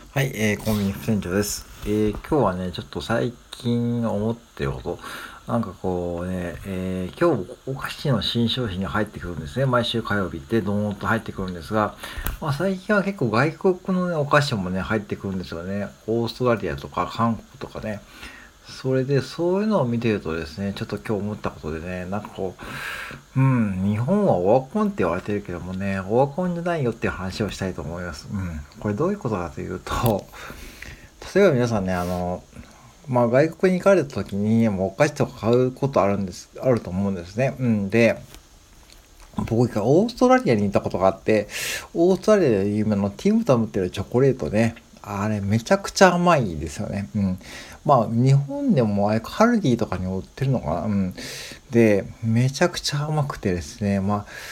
はい、コンビニ副店長です。今日はね、ちょっと最近思ってること、なんかこうね、今日お菓子の新商品が入ってくるんですね。毎週火曜日ってドーンと入ってくるんですが、最近は結構外国のね、お菓子もね、入ってくるんですよね。オーストラリアとか韓国とかね。それで、そういうのを見てるとですね、ちょっと今日思ったことでね、なんかこ日本はオワコンって言われてるけどもね、オワコンじゃないよっていう話をしたいと思います。これどういうことかというと、例えば皆さんね、外国に行かれた時に、もうお菓子とか買うことあると思うんですね。で、僕がオーストラリアに行ったことがあって、オーストラリアで有名なティムタムっていうチョコレートね、あれめちゃくちゃ甘いですよね。日本でもあれカルディとかに売ってるのかな。で、めちゃくちゃ甘くてですね、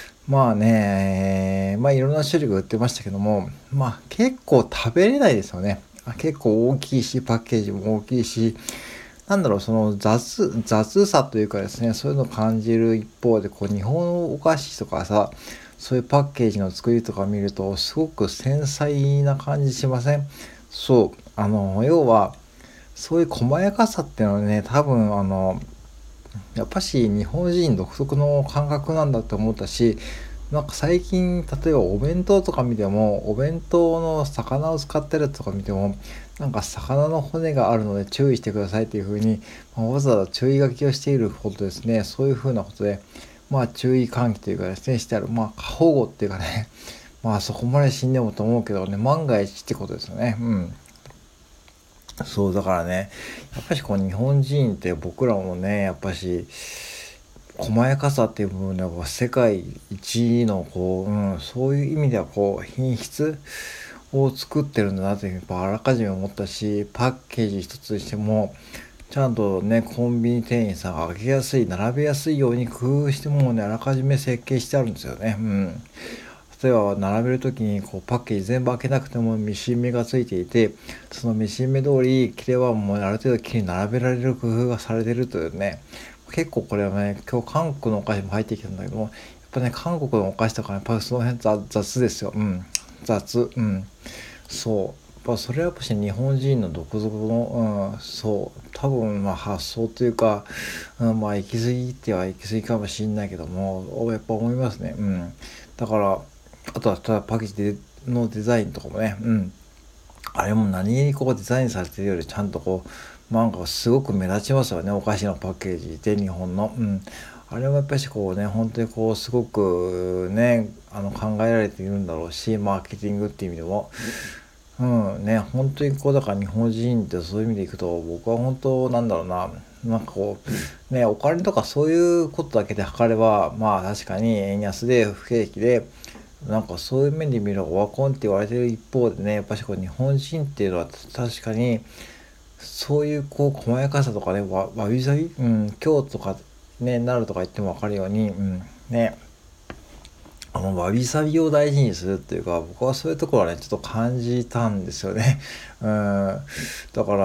いろんな種類が売ってましたけども、結構食べれないですよね。結構大きいし、パッケージも大きいし、その雑さというかですね、そういうのを感じる一方で、日本のお菓子とかさ、そういうパッケージの作りとか見ると、すごく繊細な感じしません？そう、要は、そういう細やかさっていうのはね、多分、やっぱし日本人独特の感覚なんだと思ったし、なんか最近、例えばお弁当とか見ても、お弁当の魚を使ってるやつとか見ても、なんか魚の骨があるので注意してくださいっていうふうに、わざわざ注意書きをしていることですね。そういうふうなことで、注意喚起というかですね、してある、過保護っていうかね、そこまで死んでもと思うけどね、万が一ってことですよね。そう、だからね、やっぱし日本人って僕らもね、やっぱし、細やかさっていう部分では世界一のそういう意味では品質を作ってるんだなというふうにあらかじめ思ったし、パッケージ一つにしてもちゃんとね、コンビニ店員さんが開けやすい、並べやすいように工夫してもね、あらかじめ設計してあるんですよね。例えば並べるときにパッケージ全部開けなくてもミシン目がついていて、そのミシン目通り切れはもうある程度きれいに並べられる工夫がされてるというね、結構これはね、今日韓国のお菓子も入ってきたんだけども、やっぱね、韓国のお菓子とかね、やっぱその辺雑ですよ。雑。そう。それはやっぱし日本人の独特の、そう、多分発想というか、行き過ぎては行き過ぎかもしれないけども、やっぱ思いますね。だから、あとはただパッケージのデザインとかもね、あれも何にデザインされてるよりちゃんとなんかすごく目立ちますよね、お菓子のパッケージで日本の。あれもやっぱし本当にすごくね、考えられているんだろうし、マーケティングっていう意味でも。本当にだから日本人ってそういう意味でいくと、僕は本当なんだろうな、なんかお金とかそういうことだけで測れば、確かに円安で不景気で、なんかそういう面で見るとオワコンって言われてる一方でね、やっぱし日本人っていうのは確かに、そういう細やかさとかね、わびさび、今日とかね、なるとか言ってもわかるように、ね、わびさびを大事にするっていうか、僕はそういうところはね、ちょっと感じたんですよね。だから、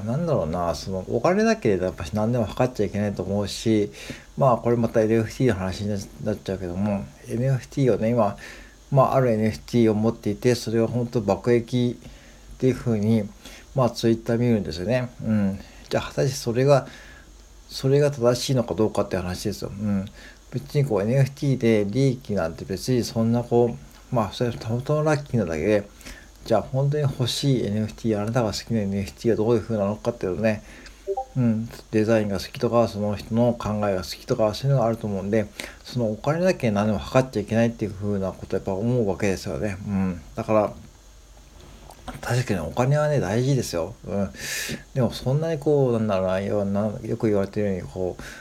なんだろうな、その、お金だけでやっぱし何でも測っちゃいけないと思うし、これまた NFT の話になっちゃうけども、NFT をね、今、ある NFT を持っていて、それは本当爆益っていうふうに、ツイッター見るんですよね。じゃあ、果たしてそれが正しいのかどうかって話ですよ。別にNFT で利益なんて別にそんなそれはたまたまラッキーなだけで、じゃあ本当に欲しい NFT、あなたが好きな NFT がどういう風なのかっていうのね、デザインが好きとか、その人の考えが好きとか、そういうのがあると思うんで、そのお金だけで何でも測っちゃいけないっていう風なことやっぱ思うわけですよね。だから、確かにお金はね、大事ですよ。でもそんなになんだろうな、よく言われてるように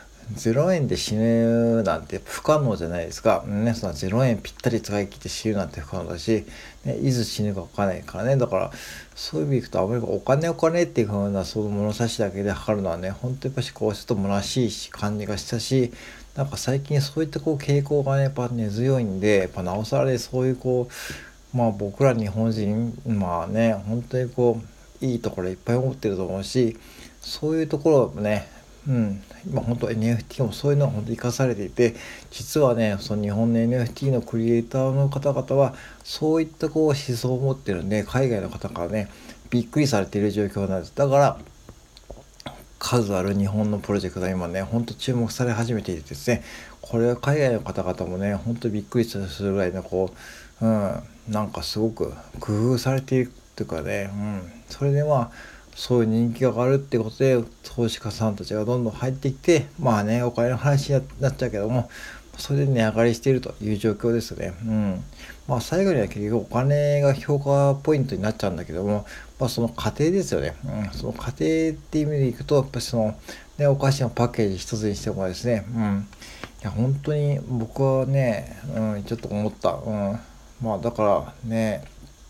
0円で死ぬなんて不可能じゃないですか。その0円ぴったり使い切って死ぬなんて不可能だし、いつ死ぬか分からないからね。だから、そういう意味でいくと、あまりお金っていう風なその物差しだけで測るのはね、本当にやっぱしちょっと虚しい感じがしたし、なんか最近そういった傾向がね、やっぱ根強いんで、やっぱなおさらでそういう僕ら日本人、本当にいいところいっぱい持ってると思うし、そういうところをね、 今本当 NFT もそういうのが本当に生かされていて、実はね、その日本の NFT のクリエイターの方々は、そういったこう思想を持ってるんで、海外の方からね、びっくりされている状況なんです。だから、数ある日本のプロジェクトが今ね、ほんと注目され始めていてですね、これは海外の方々もね、ほんとびっくりするぐらいのなんかすごく工夫されているっていうかね、それでそういう人気が上がるっていうことで、投資家さんたちがどんどん入ってきて、お金の話になっちゃうけども、それで値上がりしているという状況ですね。最後には結局お金が評価ポイントになっちゃうんだけども、その過程ですよね。その過程っていう意味でいくと、やっぱりお菓子のパッケージ一つにしてもですね、いや、本当に僕はね、ちょっと思った。だからね、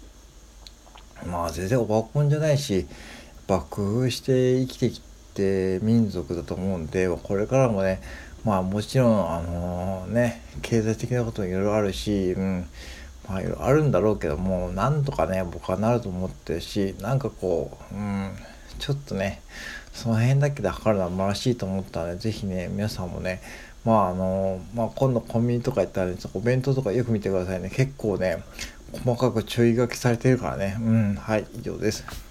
全然オワコンじゃないし、工夫して生きてきて民族だと思うんで、これからもね、もちろん、経済的なこともいろいろあるし、いろいろあるんだろうけども、なんとかね、僕はなると思ってるし、なんかちょっとね、その辺だけで測るのはまらしいと思ったので、ぜひね、皆さんもね、今度コンビニとか行ったらね、お弁当とかよく見てくださいね。結構ね、細かく注意書きされてるからね。はい、以上です。